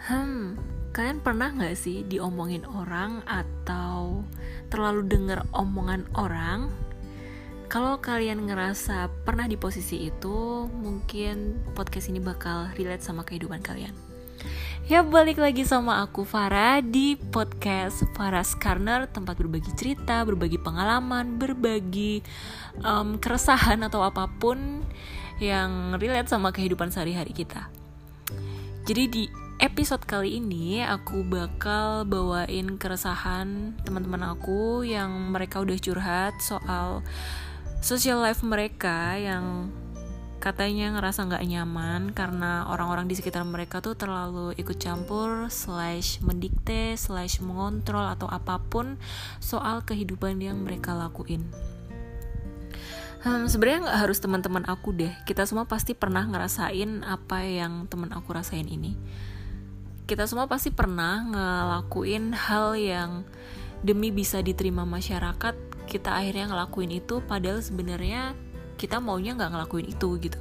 Kalian pernah gak sih diomongin orang atau terlalu denger omongan orang? Kalau kalian ngerasa pernah di posisi itu, mungkin podcast ini bakal relate sama kehidupan kalian. Ya, balik lagi sama aku Farah di podcast Farah's Corner, tempat berbagi cerita, berbagi pengalaman, berbagi keresahan atau apapun yang relate sama kehidupan sehari-hari kita. Jadi di episode kali ini aku bakal bawain keresahan teman-teman aku yang mereka udah curhat soal social life mereka yang katanya ngerasa gak nyaman karena orang-orang di sekitar mereka tuh terlalu ikut campur / mendikte / mengontrol atau apapun soal kehidupan yang mereka lakuin. Sebenarnya gak harus teman-teman aku deh, kita semua pasti pernah ngerasain apa yang teman aku rasain ini. Kita semua pasti pernah ngelakuin hal yang demi bisa diterima masyarakat, kita akhirnya ngelakuin itu padahal sebenarnya kita maunya gak ngelakuin itu gitu.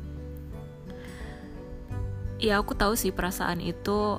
Ya aku tahu sih perasaan itu,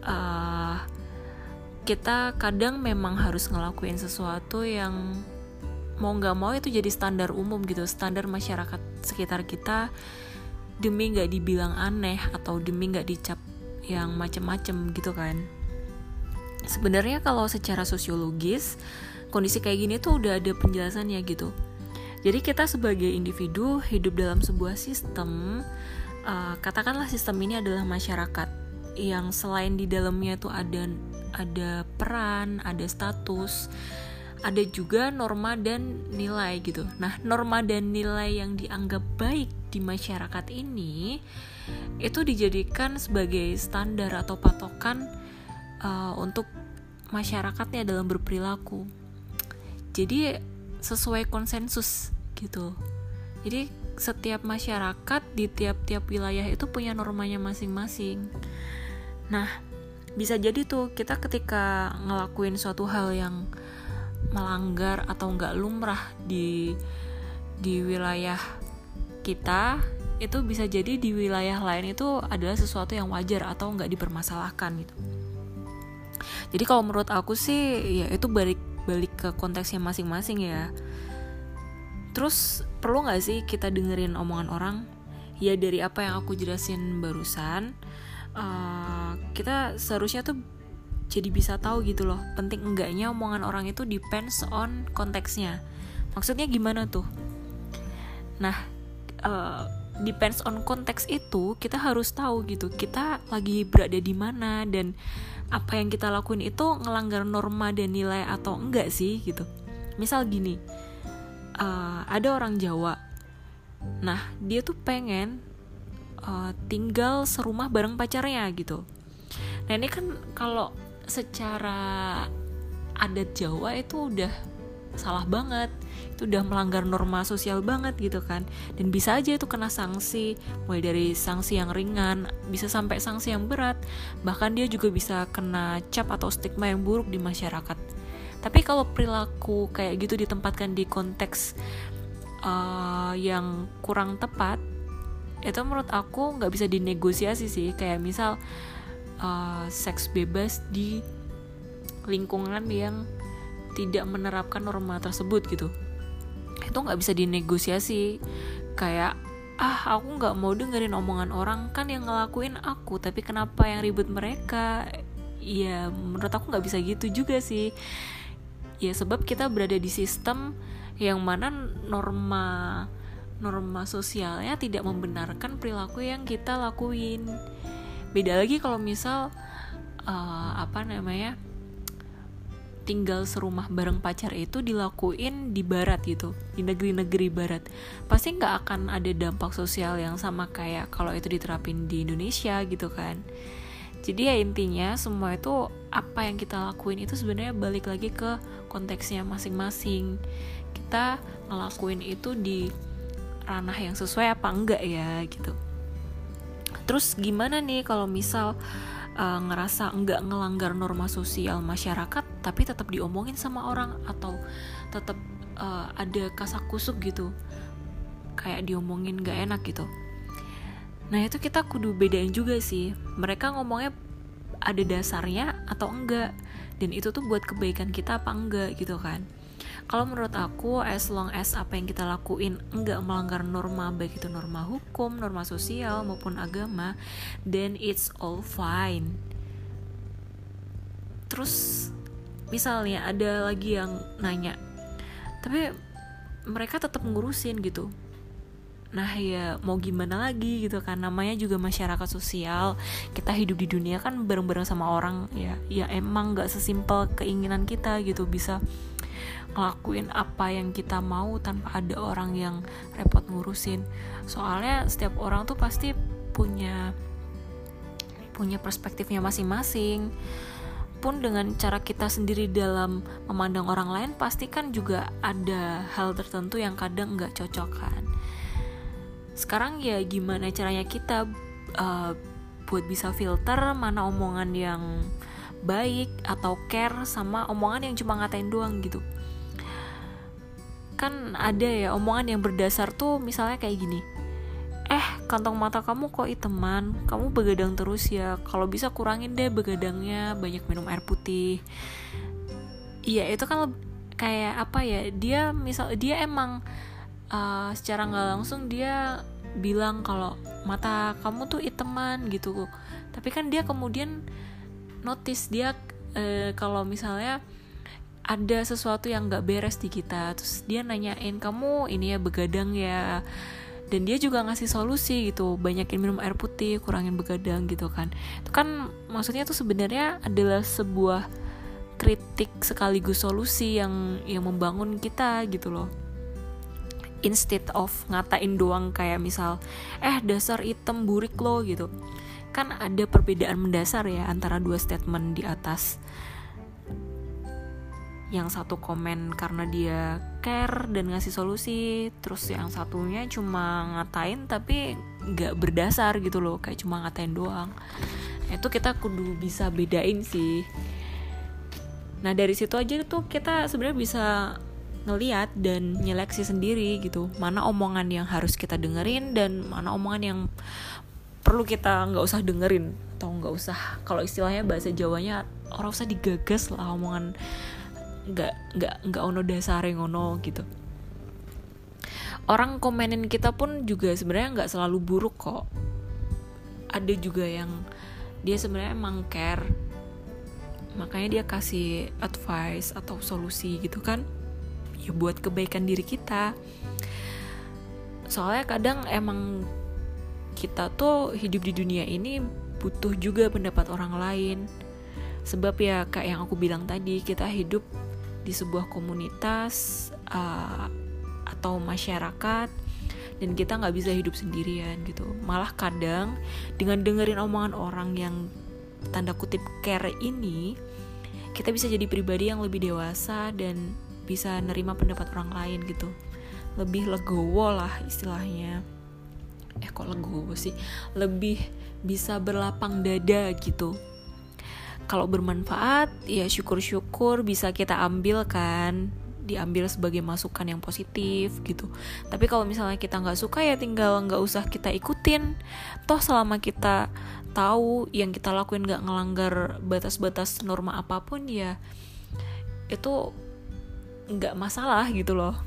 kita kadang memang harus ngelakuin sesuatu yang mau gak mau itu jadi standar umum gitu, standar masyarakat sekitar kita demi gak dibilang aneh atau demi gak dicap yang macem-macem gitu kan. Sebenarnya kalau secara sosiologis kondisi kayak gini tuh udah ada penjelasannya gitu. Jadi kita sebagai individu hidup dalam sebuah sistem, katakanlah sistem ini adalah masyarakat yang selain di dalamnya itu ada peran, ada status, ada juga norma dan nilai gitu. Nah, norma dan nilai yang dianggap baik di masyarakat ini itu dijadikan sebagai standar atau patokan untuk masyarakatnya dalam berperilaku. Jadi sesuai konsensus gitu. Jadi setiap masyarakat di tiap-tiap wilayah itu punya normanya masing-masing. Nah, bisa jadi tuh kita ketika ngelakuin suatu hal yang melanggar atau nggak lumrah di wilayah kita, itu bisa jadi di wilayah lain itu adalah sesuatu yang wajar atau nggak dipermasalahkan gitu. Jadi kalau menurut aku sih ya itu balik ke konteksnya masing-masing ya. Terus perlu nggak sih kita dengerin omongan orang? Ya dari apa yang aku jelasin barusan, kita seharusnya tuh jadi bisa tahu gitu loh, penting enggaknya omongan orang itu depends on konteksnya. Maksudnya gimana tuh? Nah, depends on konteks itu kita harus tahu gitu, kita lagi berada di mana dan apa yang kita lakuin itu ngelanggar norma dan nilai atau enggak sih gitu. Misal gini, ada orang Jawa, nah dia tuh pengen tinggal serumah bareng pacarnya gitu. Nah ini kan kalau secara adat Jawa itu udah salah banget, itu udah melanggar norma sosial banget gitu kan. Dan bisa aja itu kena sanksi, mulai dari sanksi yang ringan bisa sampai sanksi yang berat, bahkan dia juga bisa kena cap atau stigma yang buruk di masyarakat. Tapi kalau perilaku kayak gitu ditempatkan di konteks yang kurang tepat, itu menurut aku nggak bisa dinegosiasi sih. Kayak misal seks bebas di lingkungan yang tidak menerapkan norma tersebut gitu, itu nggak bisa dinegosiasi. Kayak aku nggak mau dengerin omongan orang, kan yang ngelakuin aku, tapi kenapa yang ribut mereka? Ya menurut aku nggak bisa gitu juga sih. Ya sebab kita berada di sistem yang mana norma sosialnya tidak membenarkan perilaku yang kita lakuin. Beda lagi kalau misal tinggal serumah bareng pacar itu dilakuin di barat gitu, di negeri-negeri barat, pasti nggak akan ada dampak sosial yang sama kayak kalau itu diterapin di Indonesia gitu kan. Jadi ya intinya semua itu apa yang kita lakuin itu sebenarnya balik lagi ke konteksnya masing-masing. Kita ngelakuin itu di ranah yang sesuai apa enggak ya gitu. Terus gimana nih kalau misal ngerasa enggak ngelanggar norma sosial masyarakat tapi tetap diomongin sama orang atau tetap ada kasak-kusuk gitu, kayak diomongin gak enak gitu. Nah itu kita kudu bedain juga sih. Mereka ngomongnya ada dasarnya atau enggak, dan itu tuh buat kebaikan kita apa enggak gitu kan. Kalau menurut aku, as long as apa yang kita lakuin enggak melanggar norma, baik itu norma hukum, norma sosial maupun agama, then it's all fine. Terus misalnya ada lagi yang nanya, tapi mereka tetap ngurusin gitu. Nah ya mau gimana lagi gitu kan, namanya juga masyarakat sosial, kita hidup di dunia kan bareng-bareng sama orang ya emang gak sesimpel keinginan kita gitu bisa ngelakuin apa yang kita mau tanpa ada orang yang repot ngurusin. Soalnya setiap orang tuh pasti punya perspektifnya masing-masing. Pun dengan cara kita sendiri dalam memandang orang lain, pasti kan juga ada hal tertentu yang kadang gak cocok kan. Sekarang ya gimana caranya kita buat bisa filter mana omongan yang baik atau care sama omongan yang cuma ngatain doang gitu. Kan ada ya omongan yang berdasar tuh misalnya kayak gini, kantong mata kamu kok iteman, kamu begadang terus ya, kalau bisa kurangin deh begadangnya, banyak minum air putih. Iya itu kan kayak apa ya, dia emang secara nggak langsung dia bilang kalau mata kamu tuh iteman gitu, tapi kan dia kemudian notice dia kalau misalnya ada sesuatu yang nggak beres di kita, terus dia nanyain kamu ini ya begadang ya, dan dia juga ngasih solusi gitu, banyakin minum air putih, kurangin begadang gitu kan. Itu kan maksudnya tuh sebenarnya adalah sebuah kritik sekaligus solusi yang membangun kita gitu loh. Instead of ngatain doang kayak misal dasar item burik lo gitu. Kan ada perbedaan mendasar ya antara dua statement di atas. Yang satu komen karena dia care dan ngasih solusi, terus yang satunya cuma ngatain tapi gak berdasar gitu loh, kayak cuma ngatain doang. Itu kita kudu bisa bedain sih. Nah dari situ aja tuh kita sebenarnya bisa ngelihat dan nyeleksi sendiri gitu, mana omongan yang harus kita dengerin dan mana omongan yang perlu kita nggak usah dengerin, atau nggak usah, kalau istilahnya bahasa Jawanya orang usah digagas lah omongan nggak ono dasare ngono gitu. Orang komenin kita pun juga sebenarnya nggak selalu buruk kok, ada juga yang dia sebenarnya emang care, makanya dia kasih advice atau solusi gitu kan, ya buat kebaikan diri kita. Soalnya kadang emang kita tuh hidup di dunia ini butuh juga pendapat orang lain. Sebab ya kayak yang aku bilang tadi, kita hidup di sebuah komunitas atau masyarakat, dan kita gak bisa hidup sendirian gitu. Malah kadang dengan dengerin omongan orang yang tanda kutip care ini, kita bisa jadi pribadi yang lebih dewasa dan bisa nerima pendapat orang lain gitu, lebih legowo lah istilahnya. Kok legowo sih, lebih bisa berlapang dada gitu. Kalau bermanfaat ya syukur-syukur bisa kita ambil kan, diambil sebagai masukan yang positif gitu. Tapi kalau misalnya kita nggak suka ya tinggal nggak usah kita ikutin. Toh selama kita tahu yang kita lakuin nggak ngelanggar batas-batas norma apapun, ya itu nggak masalah gitu loh.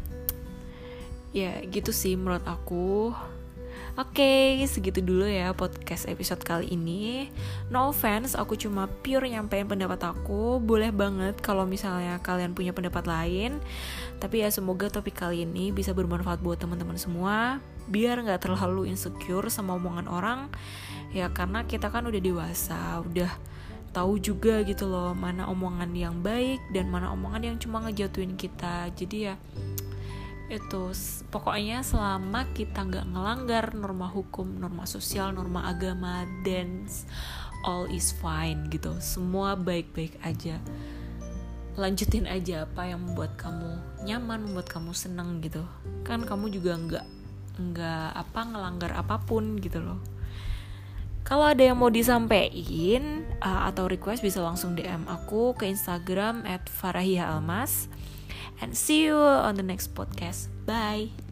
Ya gitu sih menurut aku. Oke, segitu dulu ya podcast episode kali ini. No offense, aku cuma pure nyampein pendapat aku. Boleh banget kalau misalnya kalian punya pendapat lain. Tapi ya semoga topik kali ini bisa bermanfaat buat teman-teman semua, biar gak terlalu insecure sama omongan orang. Ya karena kita kan udah dewasa, udah tahu juga gitu loh mana omongan yang baik dan mana omongan yang cuma ngejatuhin kita. Jadi ya itu, pokoknya selama kita gak ngelanggar norma hukum, norma sosial, norma agama, then all is fine gitu. Semua baik-baik aja. Lanjutin aja apa yang membuat kamu nyaman, membuat kamu seneng gitu. Kan kamu juga nggak ngelanggar apapun gitu loh. Kalau ada yang mau disampaikan atau request bisa langsung DM aku ke Instagram @farahiaalmas. And see you on the next podcast. Bye.